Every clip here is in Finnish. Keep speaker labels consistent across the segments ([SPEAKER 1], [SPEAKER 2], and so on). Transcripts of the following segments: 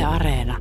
[SPEAKER 1] Areena.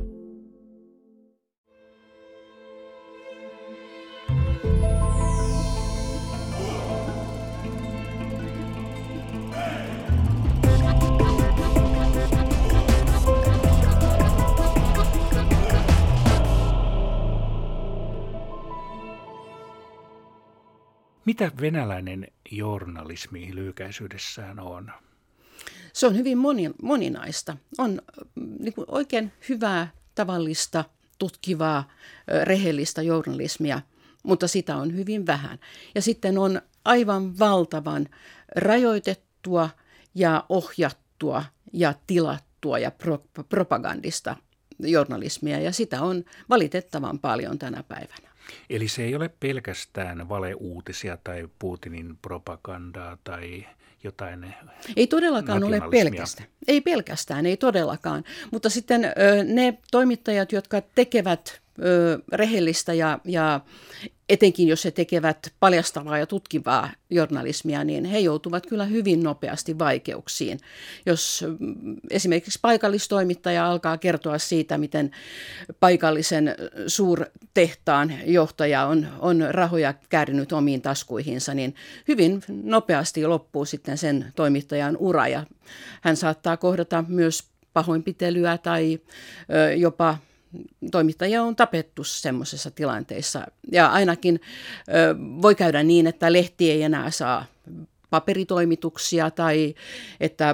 [SPEAKER 2] Mitä venäläinen journalismi lyhykäisyydessään on?
[SPEAKER 3] Se on hyvin moninaista. On niin kuin oikein hyvää, tavallista, tutkivaa, rehellistä journalismia, mutta sitä on hyvin vähän. Ja sitten on aivan valtavan rajoitettua ja ohjattua ja tilattua ja propagandista journalismia, ja sitä on valitettavan paljon tänä päivänä.
[SPEAKER 2] Eli se ei ole pelkästään valeuutisia tai Putinin propagandaa tai jotain.
[SPEAKER 3] Ei todellakaan ole pelkästään. Ei todellakaan. Mutta sitten ne toimittajat, jotka tekevät rehellistä ja etenkin jos he tekevät paljastavaa ja tutkivaa journalismia, niin he joutuvat kyllä hyvin nopeasti vaikeuksiin. Jos esimerkiksi paikallistoimittaja alkaa kertoa siitä, miten paikallisen suurtehtaan johtaja on rahoja käärinyt omiin taskuihinsa, niin hyvin nopeasti loppuu sitten sen toimittajan ura, ja hän saattaa kohdata myös pahoinpitelyä tai jopa toimittajia on tapettu semmoisessa tilanteessa, ja ainakin voi käydä niin, että lehti ei enää saa paperitoimituksia tai että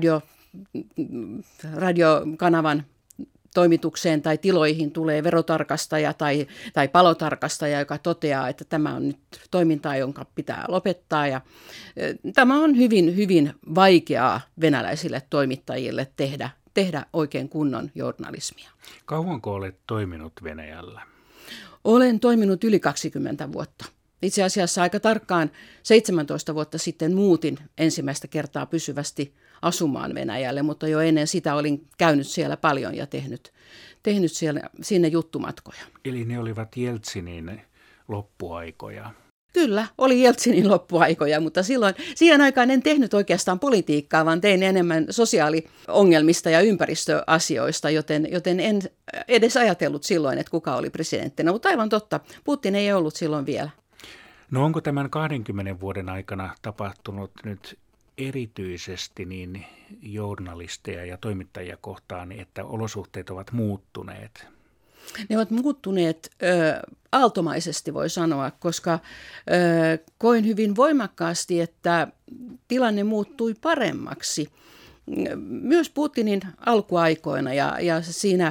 [SPEAKER 3] radiokanavan toimitukseen tai tiloihin tulee verotarkastaja tai palotarkastaja, joka toteaa, että tämä on nyt toimintaa, jonka pitää lopettaa. Ja tämä on hyvin, hyvin vaikeaa venäläisille toimittajille tehdä oikein kunnon journalismia.
[SPEAKER 2] Kauanko olet toiminut Venäjällä?
[SPEAKER 3] Olen toiminut yli 20 vuotta. Itse asiassa aika tarkkaan 17 vuotta sitten muutin ensimmäistä kertaa pysyvästi asumaan Venäjälle, mutta jo ennen sitä olin käynyt siellä paljon ja tehnyt sinne juttumatkoja.
[SPEAKER 2] Eli ne olivat Jeltsinin loppuaikoja.
[SPEAKER 3] Kyllä, oli Jeltsinin loppuaikoja, mutta siihen aikaan en tehnyt oikeastaan politiikkaa, vaan tein enemmän sosiaaliongelmista ja ympäristöasioista, joten en edes ajatellut silloin, että kuka oli presidenttinä. Mutta aivan totta, Putin ei ollut silloin vielä.
[SPEAKER 2] No onko tämän 20 vuoden aikana tapahtunut nyt erityisesti niin journalisteja ja toimittajia kohtaan, että olosuhteet ovat muuttuneet?
[SPEAKER 3] Ne ovat muuttuneet aaltomaisesti, voi sanoa, koska koin hyvin voimakkaasti, että tilanne muuttui paremmaksi. Myös Putinin alkuaikoina ja siinä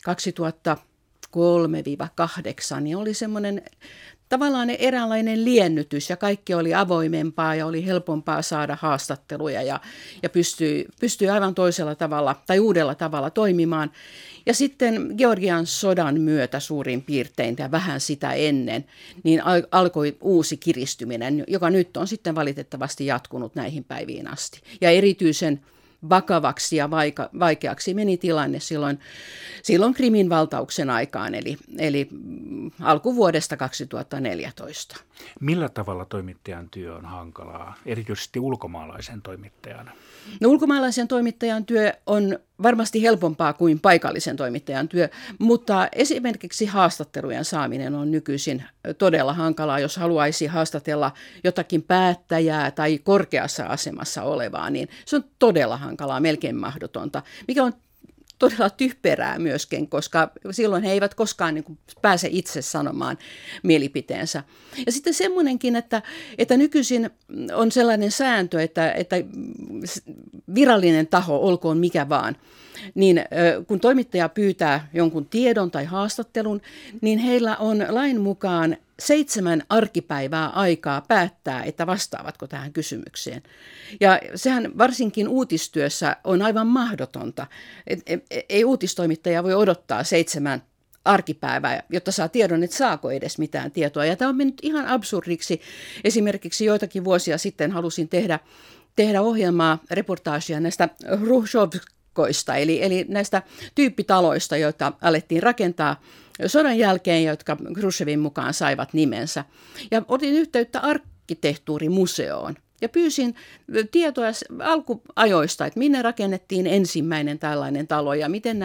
[SPEAKER 3] 2003-2008 niin oli semmoinen tavallaan eräänlainen liennytys, ja kaikki oli avoimempaa ja oli helpompaa saada haastatteluja ja pystyi aivan toisella tavalla tai uudella tavalla toimimaan. Ja sitten Georgian sodan myötä suurin piirtein ja vähän sitä ennen, niin alkoi uusi kiristyminen, joka nyt on sitten valitettavasti jatkunut näihin päiviin asti. Ja erityisen vakavaksi ja vaikeaksi meni tilanne silloin Krimin valtauksen aikaan, eli alkuvuodesta 2014.
[SPEAKER 2] Millä tavalla toimittajan työ on hankalaa, erityisesti ulkomaalaisen toimittajan?
[SPEAKER 3] No, ulkomaalaisen toimittajan työ on varmasti helpompaa kuin paikallisen toimittajan työ, mutta esimerkiksi haastattelujen saaminen on nykyisin todella hankalaa. Jos haluaisi haastatella jotakin päättäjää tai korkeassa asemassa olevaa, niin se on todella hankalaa, melkein mahdotonta, mikä on todella typerää myöskin, koska silloin he eivät koskaan niin kuin pääse itse sanomaan mielipiteensä. Ja sitten semmoinenkin, että nykyisin on sellainen sääntö, että virallinen taho, olkoon mikä vaan, niin kun toimittaja pyytää jonkun tiedon tai haastattelun, niin heillä on lain mukaan 7 arkipäivää aikaa päättää, että vastaavatko tähän kysymykseen. Ja sehän varsinkin uutistyössä on aivan mahdotonta. Ei uutistoimittaja voi odottaa 7 arkipäivää, jotta saa tiedon, että saako edes mitään tietoa. Ja tämä on mennyt ihan absurdiksi. Esimerkiksi joitakin vuosia sitten halusin tehdä ohjelmaa, reportaagia näistä Hruščovkoista, eli näistä tyyppitaloista, joita alettiin rakentaa sodan jälkeen, jotka Hruščovin mukaan saivat nimensä. Ja otin yhteyttä arkkitehtuurimuseoon. Ja pyysin tietoa alkuajoista, että minne rakennettiin ensimmäinen tällainen talo ja miten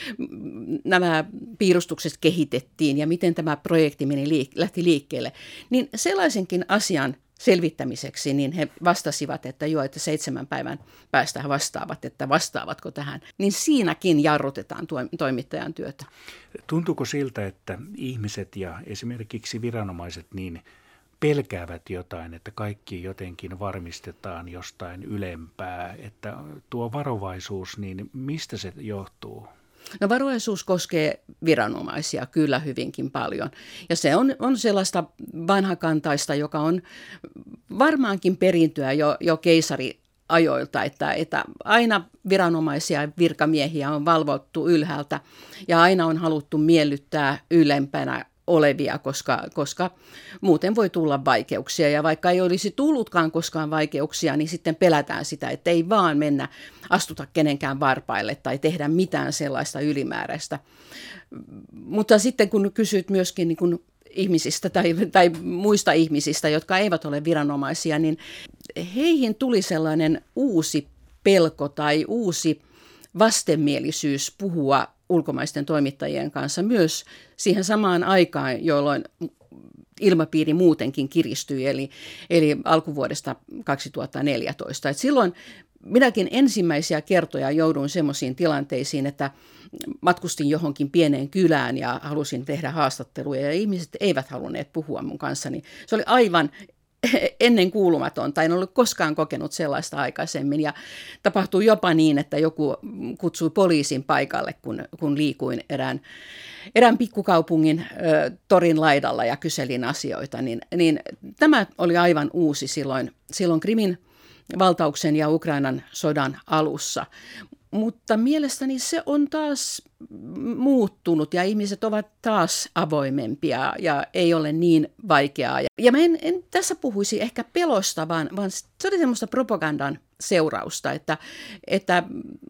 [SPEAKER 3] nämä piirustukset kehitettiin ja miten tämä projekti lähti liikkeelle. Niin sellaisenkin asian selvittämiseksi, niin he vastasivat, että joo, että 7 päivän päästä he vastaavat, että vastaavatko tähän. Niin siinäkin jarrutetaan toimittajan työtä.
[SPEAKER 2] Tuntuuko siltä, että ihmiset ja esimerkiksi viranomaiset niin pelkäävät jotain, että kaikki jotenkin varmistetaan jostain ylempää, että tuo varovaisuus, niin mistä se johtuu?
[SPEAKER 3] No varovaisuus koskee viranomaisia kyllä hyvinkin paljon ja se on sellaista vanhakantaista, joka on varmaankin perintöä jo keisariajoilta, että aina viranomaisia ja virkamiehiä on valvottu ylhäältä ja aina on haluttu miellyttää ylempänä olevia, koska muuten voi tulla vaikeuksia. Ja vaikka ei olisi tullutkaan koskaan vaikeuksia, niin sitten pelätään sitä, että ei vaan astuta kenenkään varpaille tai tehdä mitään sellaista ylimääräistä. Mutta sitten kun kysyt myöskin niin kuin ihmisistä tai muista ihmisistä, jotka eivät ole viranomaisia, niin heihin tuli sellainen uusi pelko tai uusi vastenmielisyys puhua ulkomaisten toimittajien kanssa myös siihen samaan aikaan, jolloin ilmapiiri muutenkin kiristyi, eli alkuvuodesta 2014. Et silloin minäkin ensimmäisiä kertoja jouduin semmoisiin tilanteisiin, että matkustin johonkin pieneen kylään ja halusin tehdä haastatteluja ja ihmiset eivät halunneet puhua mun kanssani. Se oli aivan ennen kuulumatonta, en ollut koskaan kokenut sellaista aikaisemmin ja tapahtui jopa niin, että joku kutsui poliisin paikalle, kun liikuin erään pikkukaupungin torin laidalla ja kyselin asioita, niin tämä oli aivan uusi silloin Krimin valtauksen ja Ukrainan sodan alussa. Mutta mielestäni se on taas muuttunut ja ihmiset ovat taas avoimempia ja ei ole niin vaikeaa. Ja mä en tässä puhuisi ehkä pelosta, vaan se oli semmoista propagandan seurausta, että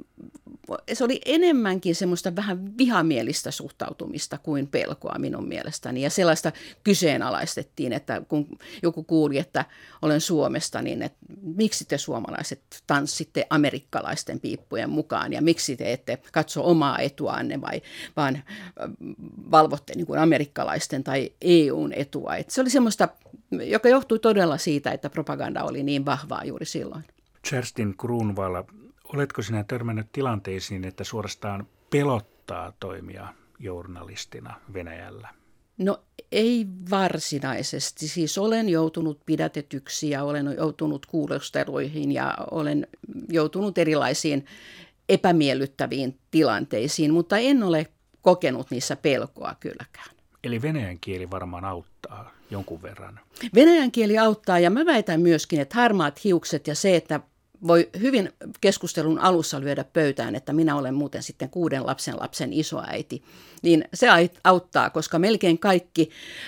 [SPEAKER 3] se oli enemmänkin semmoista vähän vihamielistä suhtautumista kuin pelkoa minun mielestäni. Ja sellaista kyseenalaistettiin, että kun joku kuuli, että olen Suomesta, niin että miksi te suomalaiset tanssitte amerikkalaisten piippujen mukaan ja miksi te ette katso omaa etuanne vaan valvotte niin kuin amerikkalaisten tai EUn etua. Että se oli semmoista, joka johtui todella siitä, että propaganda oli niin vahvaa juuri silloin.
[SPEAKER 2] Kerstin Kruunvala, oletko sinä törmännyt tilanteisiin, että suorastaan pelottaa toimia journalistina Venäjällä?
[SPEAKER 3] No ei varsinaisesti. Siis olen joutunut pidätetyksi ja olen joutunut kuulusteluihin ja olen joutunut erilaisiin epämiellyttäviin tilanteisiin, mutta en ole kokenut niissä pelkoa kylläkään.
[SPEAKER 2] Eli venäjän kieli varmaan auttaa jonkun verran.
[SPEAKER 3] Venäjän kieli auttaa ja mä väitän myöskin, että harmaat hiukset ja se, että voi hyvin keskustelun alussa lyödä pöytään, että minä olen muuten sitten 6 lapsen isoäiti, niin se auttaa, koska melkein kaikki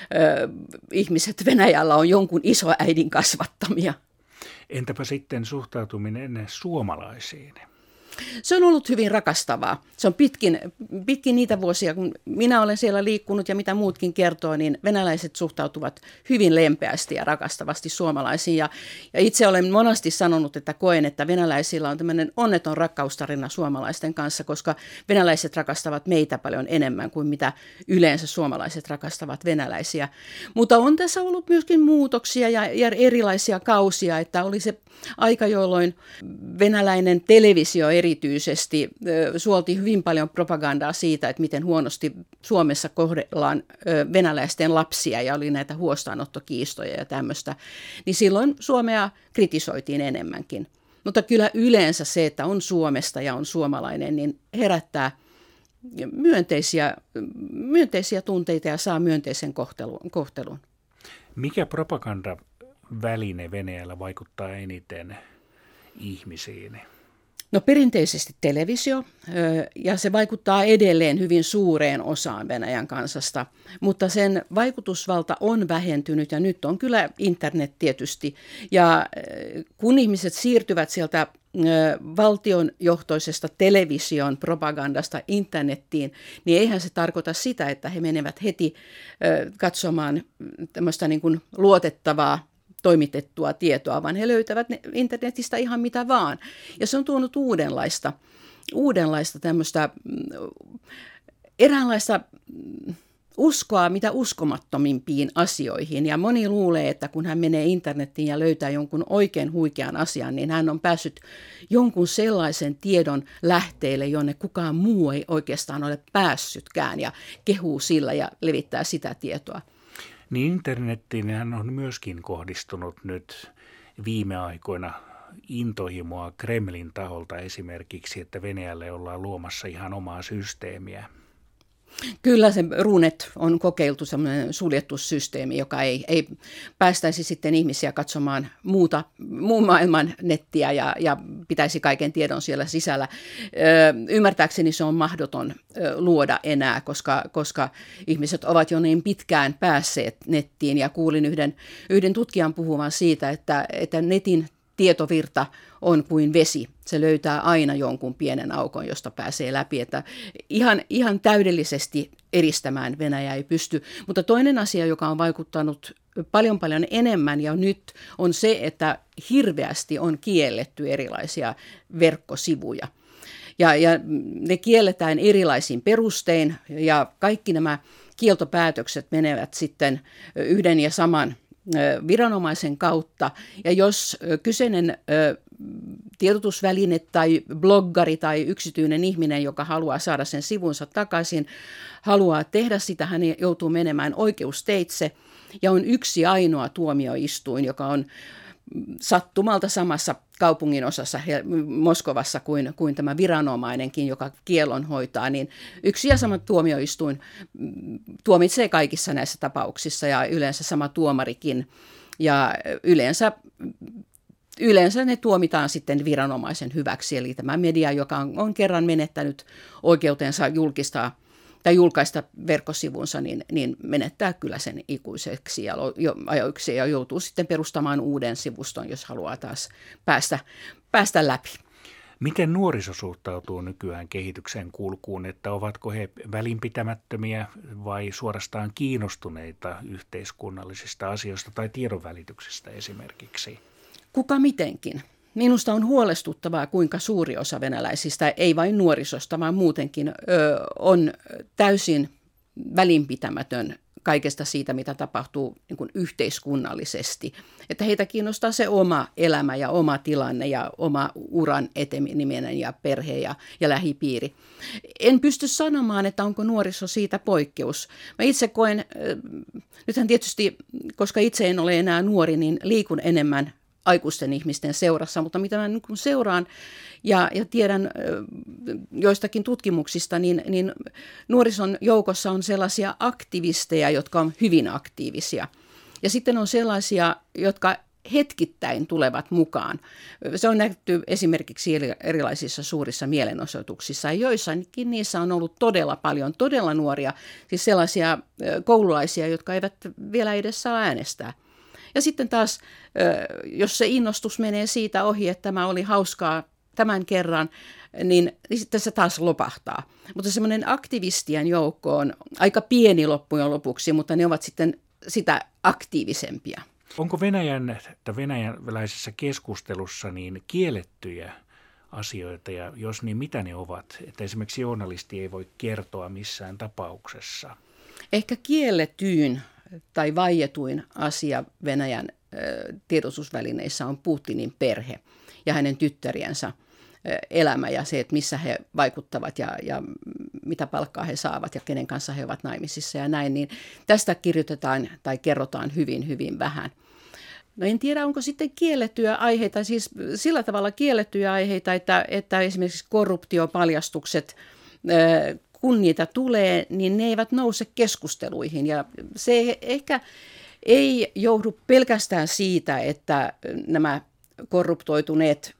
[SPEAKER 3] ihmiset Venäjällä on jonkun isoäidin kasvattamia.
[SPEAKER 2] Entäpä sitten suhtautuminen suomalaisiin?
[SPEAKER 3] Se on ollut hyvin rakastavaa. Se on pitkin niitä vuosia, kun minä olen siellä liikkunut ja mitä muutkin kertoo, niin venäläiset suhtautuvat hyvin lempeästi ja rakastavasti suomalaisiin. Ja itse olen monasti sanonut, että koen, että venäläisillä on tämmöinen onneton rakkaustarina suomalaisten kanssa, koska venäläiset rakastavat meitä paljon enemmän kuin mitä yleensä suomalaiset rakastavat venäläisiä. Mutta on tässä ollut myöskin muutoksia ja erilaisia kausia, että oli se aika, jolloin venäläinen televisio erityisesti suolti hyvin paljon propagandaa siitä, että miten huonosti Suomessa kohdellaan venäläisten lapsia ja oli näitä huostaanottokiistoja ja tämmöistä, niin silloin Suomea kritisoitiin enemmänkin. Mutta kyllä yleensä se, että on Suomesta ja on suomalainen, niin herättää myönteisiä tunteita ja saa myönteisen kohtelun.
[SPEAKER 2] Mikä propagandaväline Venäjällä vaikuttaa eniten ihmisiin?
[SPEAKER 3] No perinteisesti televisio, ja se vaikuttaa edelleen hyvin suureen osaan Venäjän kansasta, mutta sen vaikutusvalta on vähentynyt ja nyt on kyllä internet tietysti. Ja kun ihmiset siirtyvät sieltä valtionjohtoisesta television propagandasta internettiin, niin eihän se tarkoita sitä, että he menevät heti katsomaan tämmöistä niin kuin luotettavaa toimitettua tietoa, vaan he löytävät internetistä ihan mitä vaan. Ja se on tuonut uudenlaista tämmöistä eräänlaista uskoa mitä uskomattomimpiin asioihin. Ja moni luulee, että kun hän menee internettiin ja löytää jonkun oikein huikean asian, niin hän on päässyt jonkun sellaisen tiedon lähteelle, jonne kukaan muu ei oikeastaan ole päässytkään ja kehuu sillä ja levittää sitä tietoa.
[SPEAKER 2] Niin internettiin hän on myöskin kohdistunut nyt viime aikoina intohimoa Kremlin taholta esimerkiksi, että Venäjälle ollaan luomassa ihan omaa systeemiä.
[SPEAKER 3] Kyllä se Runet on kokeiltu semmoinen suljettu systeemi, joka ei päästäisi sitten ihmisiä katsomaan muun maailman nettiä ja pitäisi kaiken tiedon siellä sisällä. Ymmärtääkseni se on mahdoton luoda enää, koska ihmiset ovat jo niin pitkään päässeet nettiin ja kuulin yhden tutkijan puhuvan siitä, että netin tietovirta on kuin vesi. Se löytää aina jonkun pienen aukon, josta pääsee läpi. Että ihan täydellisesti eristämään Venäjä ei pysty. Mutta toinen asia, joka on vaikuttanut paljon enemmän ja nyt on se, että hirveästi on kielletty erilaisia verkkosivuja. Ja ne kielletään erilaisin perustein ja kaikki nämä kieltopäätökset menevät sitten yhden ja saman viranomaisen kautta. Ja jos kyseinen tiedotusväline tai bloggari tai yksityinen ihminen, joka haluaa saada sen sivunsa takaisin, haluaa tehdä sitä, hän joutuu menemään oikeusteitse ja on yksi ainoa tuomioistuin, joka on sattumalta samassa kaupungin osassa Moskovassa kuin tämä viranomainenkin, joka kiellon hoitaa, niin yksi ja sama tuomioistuin tuomitsee kaikissa näissä tapauksissa ja yleensä sama tuomarikin. Ja yleensä ne tuomitaan sitten viranomaisen hyväksi, eli tämä media, joka on kerran menettänyt oikeutensa julkaista verkkosivunsa, niin menettää kyllä sen ikuiseksi ja ajoiksi ja joutuu sitten perustamaan uuden sivuston, jos haluaa taas päästä läpi.
[SPEAKER 2] Miten nuoriso suhtautuu nykyään kehityksen kulkuun, että ovatko he välinpitämättömiä vai suorastaan kiinnostuneita yhteiskunnallisista asioista tai tiedonvälityksestä esimerkiksi?
[SPEAKER 3] Kuka mitenkin. Minusta on huolestuttavaa, kuinka suuri osa venäläisistä, ei vain nuorisosta, vaan muutenkin, on täysin välinpitämätön kaikesta siitä, mitä tapahtuu niin kuin yhteiskunnallisesti. Että heitä kiinnostaa se oma elämä ja oma tilanne ja oma uran eteneminen ja perhe ja lähipiiri. En pysty sanomaan, että onko nuoriso siitä poikkeus. Mä itse koen, nythän tietysti, koska itse en ole enää nuori, niin liikun enemmän aikuisten ihmisten seurassa, mutta mitä mä seuraan ja tiedän joistakin tutkimuksista, niin nuorison joukossa on sellaisia aktivisteja, jotka on hyvin aktiivisia. Ja sitten on sellaisia, jotka hetkittäin tulevat mukaan. Se on nähty esimerkiksi erilaisissa suurissa mielenosoituksissa, ja joissakin niissä on ollut todella paljon, todella nuoria, siis sellaisia koululaisia, jotka eivät vielä edes saa äänestää. Ja sitten taas, jos se innostus menee siitä ohi, että tämä oli hauskaa tämän kerran, niin sitten se taas lopahtaa. Mutta semmoinen aktivistien joukko on aika pieni loppujen lopuksi, mutta ne ovat sitten sitä aktiivisempia.
[SPEAKER 2] Onko venäläisessä keskustelussa niin kiellettyjä asioita, ja jos niin, mitä ne ovat? Että esimerkiksi journalisti ei voi kertoa missään tapauksessa.
[SPEAKER 3] Ehkä kielletyin tai vaietuin asia Venäjän tiedotusvälineissä on Putinin perhe ja hänen tyttäriensä elämä ja se, että missä he vaikuttavat ja mitä palkkaa he saavat ja kenen kanssa he ovat naimisissa ja näin, niin tästä kirjoitetaan tai kerrotaan hyvin, hyvin vähän. No en tiedä, onko sitten kiellettyjä aiheita, siis sillä tavalla kiellettyjä aiheita, että esimerkiksi korruptiopaljastukset, kun niitä tulee, niin ne eivät nouse keskusteluihin. Ja se ehkä ei johdu pelkästään siitä, että nämä korruptoituneet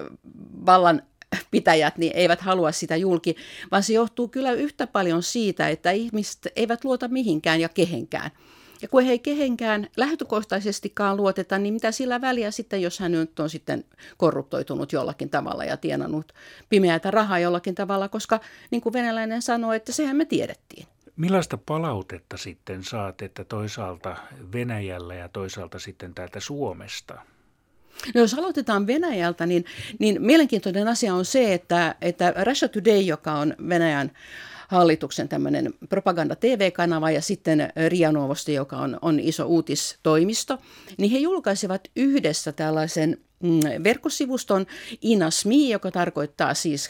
[SPEAKER 3] vallanpitäjät niin eivät halua sitä julki, vaan se johtuu kyllä yhtä paljon siitä, että ihmiset eivät luota mihinkään ja kehenkään. Ja kun he ei kehenkään lähtökohtaisestikaan luoteta, niin mitä sillä väliä sitten, jos hän nyt on sitten korruptoitunut jollakin tavalla ja tienannut pimeätä rahaa jollakin tavalla, koska niin kuin venäläinen sanoo, että sehän me tiedettiin.
[SPEAKER 2] Millaista palautetta sitten saat, että toisaalta Venäjällä ja toisaalta sitten täältä Suomesta?
[SPEAKER 3] No jos aloitetaan Venäjältä, niin mielenkiintoinen asia on se, että Russia Today, joka on Venäjän hallituksen tämmöinen propaganda-TV-kanava ja sitten RIA Novosti, joka on iso uutistoimisto, niin he julkaisivat yhdessä tällaisen verkkosivuston INASMI, joka tarkoittaa siis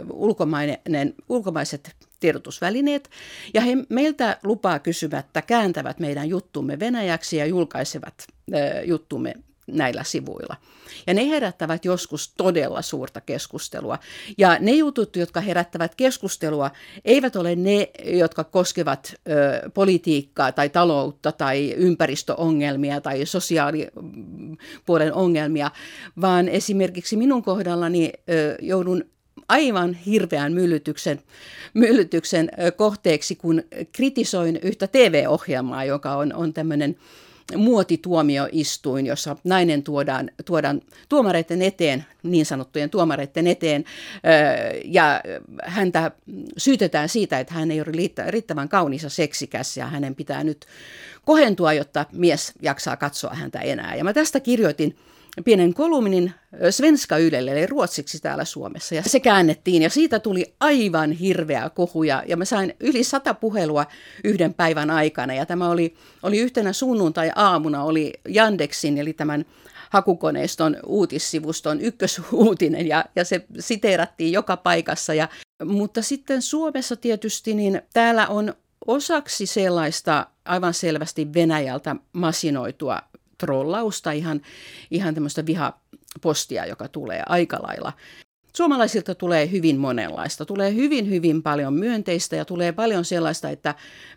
[SPEAKER 3] ulkomaiset tiedotusvälineet, ja he meiltä lupaa kysymättä kääntävät meidän juttumme venäjäksi ja julkaisevat juttumme näillä sivuilla. Ja ne herättävät joskus todella suurta keskustelua. Ja ne jutut, jotka herättävät keskustelua, eivät ole ne, jotka koskevat politiikkaa tai taloutta tai ympäristöongelmia tai sosiaalipuolen ongelmia, vaan esimerkiksi minun kohdallani joudun aivan hirveän myllytyksen kohteeksi, kun kritisoin yhtä TV-ohjelmaa, joka on tämmöinen muotituomioistuin, jossa nainen tuodaan tuomareiden eteen, niin sanottujen tuomareiden eteen, ja häntä syytetään siitä, että hän ei ole riittävän kaunis ja seksikäs, ja hänen pitää nyt kohentua, jotta mies jaksaa katsoa häntä enää. Ja mä tästä kirjoitin pienen kolumnin Svenska Ylelle, eli ruotsiksi täällä Suomessa, ja se käännettiin, ja siitä tuli aivan hirveä kohu, ja mä sain yli 100 puhelua yhden päivän aikana, ja tämä oli yhtenä sunnuntai-aamuna, oli Yandexin, eli tämän hakukoneiston uutissivuston ykkösuutinen, ja se siteerattiin joka paikassa, mutta sitten Suomessa tietysti, niin täällä on osaksi sellaista aivan selvästi Venäjältä masinoitua trollausta, ihan tämmöistä vihapostia, joka tulee aika lailla. Suomalaisilta tulee hyvin monenlaista, tulee hyvin, hyvin paljon myönteistä ja tulee paljon sellaista, että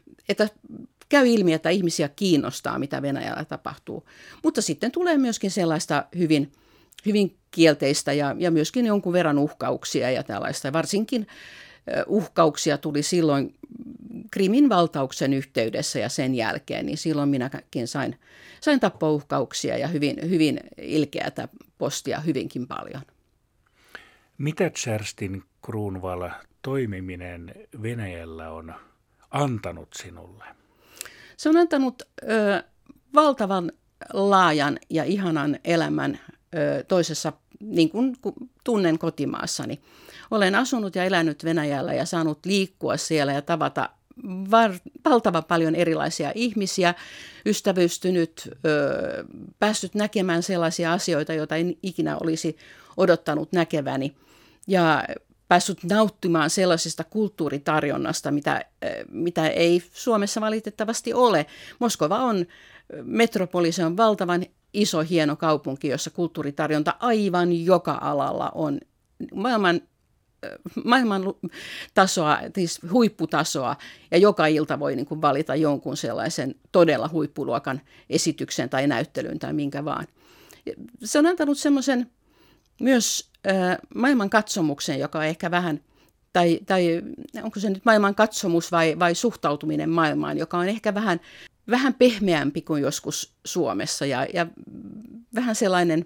[SPEAKER 3] käy ilmi, että ihmisiä kiinnostaa, mitä Venäjällä tapahtuu. Mutta sitten tulee myöskin sellaista hyvin, hyvin kielteistä ja myöskin jonkun verran uhkauksia ja tällaista. Varsinkin uhkauksia tuli silloin Krimin valtauksen yhteydessä ja sen jälkeen, niin silloin minäkin sain tappouhkauksia ja hyvin, hyvin ilkeätä postia hyvinkin paljon.
[SPEAKER 2] Mitä Kerstin Kruunval toimiminen Venäjällä on antanut sinulle?
[SPEAKER 3] Se on antanut valtavan laajan ja ihanan elämän toisessa, niin kuin tunnen kotimaassani. Olen asunut ja elänyt Venäjällä ja saanut liikkua siellä ja tavata valtavan paljon erilaisia ihmisiä, ystävystynyt, päässyt näkemään sellaisia asioita, joita en ikinä olisi odottanut näkeväni, ja päässyt nauttimaan sellaisesta kulttuuritarjonnasta, mitä ei Suomessa valitettavasti ole. Moskova on metropoli, se on valtavan iso, hieno kaupunki, jossa kulttuuritarjonta aivan joka alalla on maailman tasoa, siis huipputasoa, ja joka ilta voi niin kuin valita jonkun sellaisen todella huippuluokan esityksen tai näyttelyn tai minkä vaan. Se on antanut semmoisen myös maailman katsomuksen, joka on ehkä vähän, tai onko se nyt maailman katsomus vai suhtautuminen maailmaan, joka on ehkä vähän pehmeämpi kuin joskus Suomessa, ja vähän sellainen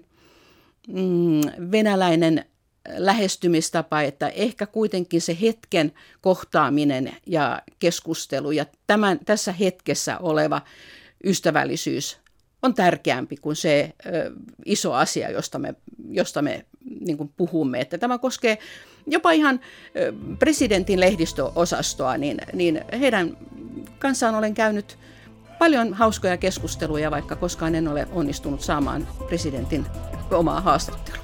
[SPEAKER 3] venäläinen lähestymistapa, että ehkä kuitenkin se hetken kohtaaminen ja keskustelu ja tässä hetkessä oleva ystävällisyys on tärkeämpi kuin se iso asia, josta me niin kuin puhumme. Että tämä koskee jopa ihan presidentin lehdistöosastoa, niin heidän kanssaan olen käynyt paljon hauskoja keskusteluja, vaikka koskaan en ole onnistunut saamaan presidentin omaa haastattelua.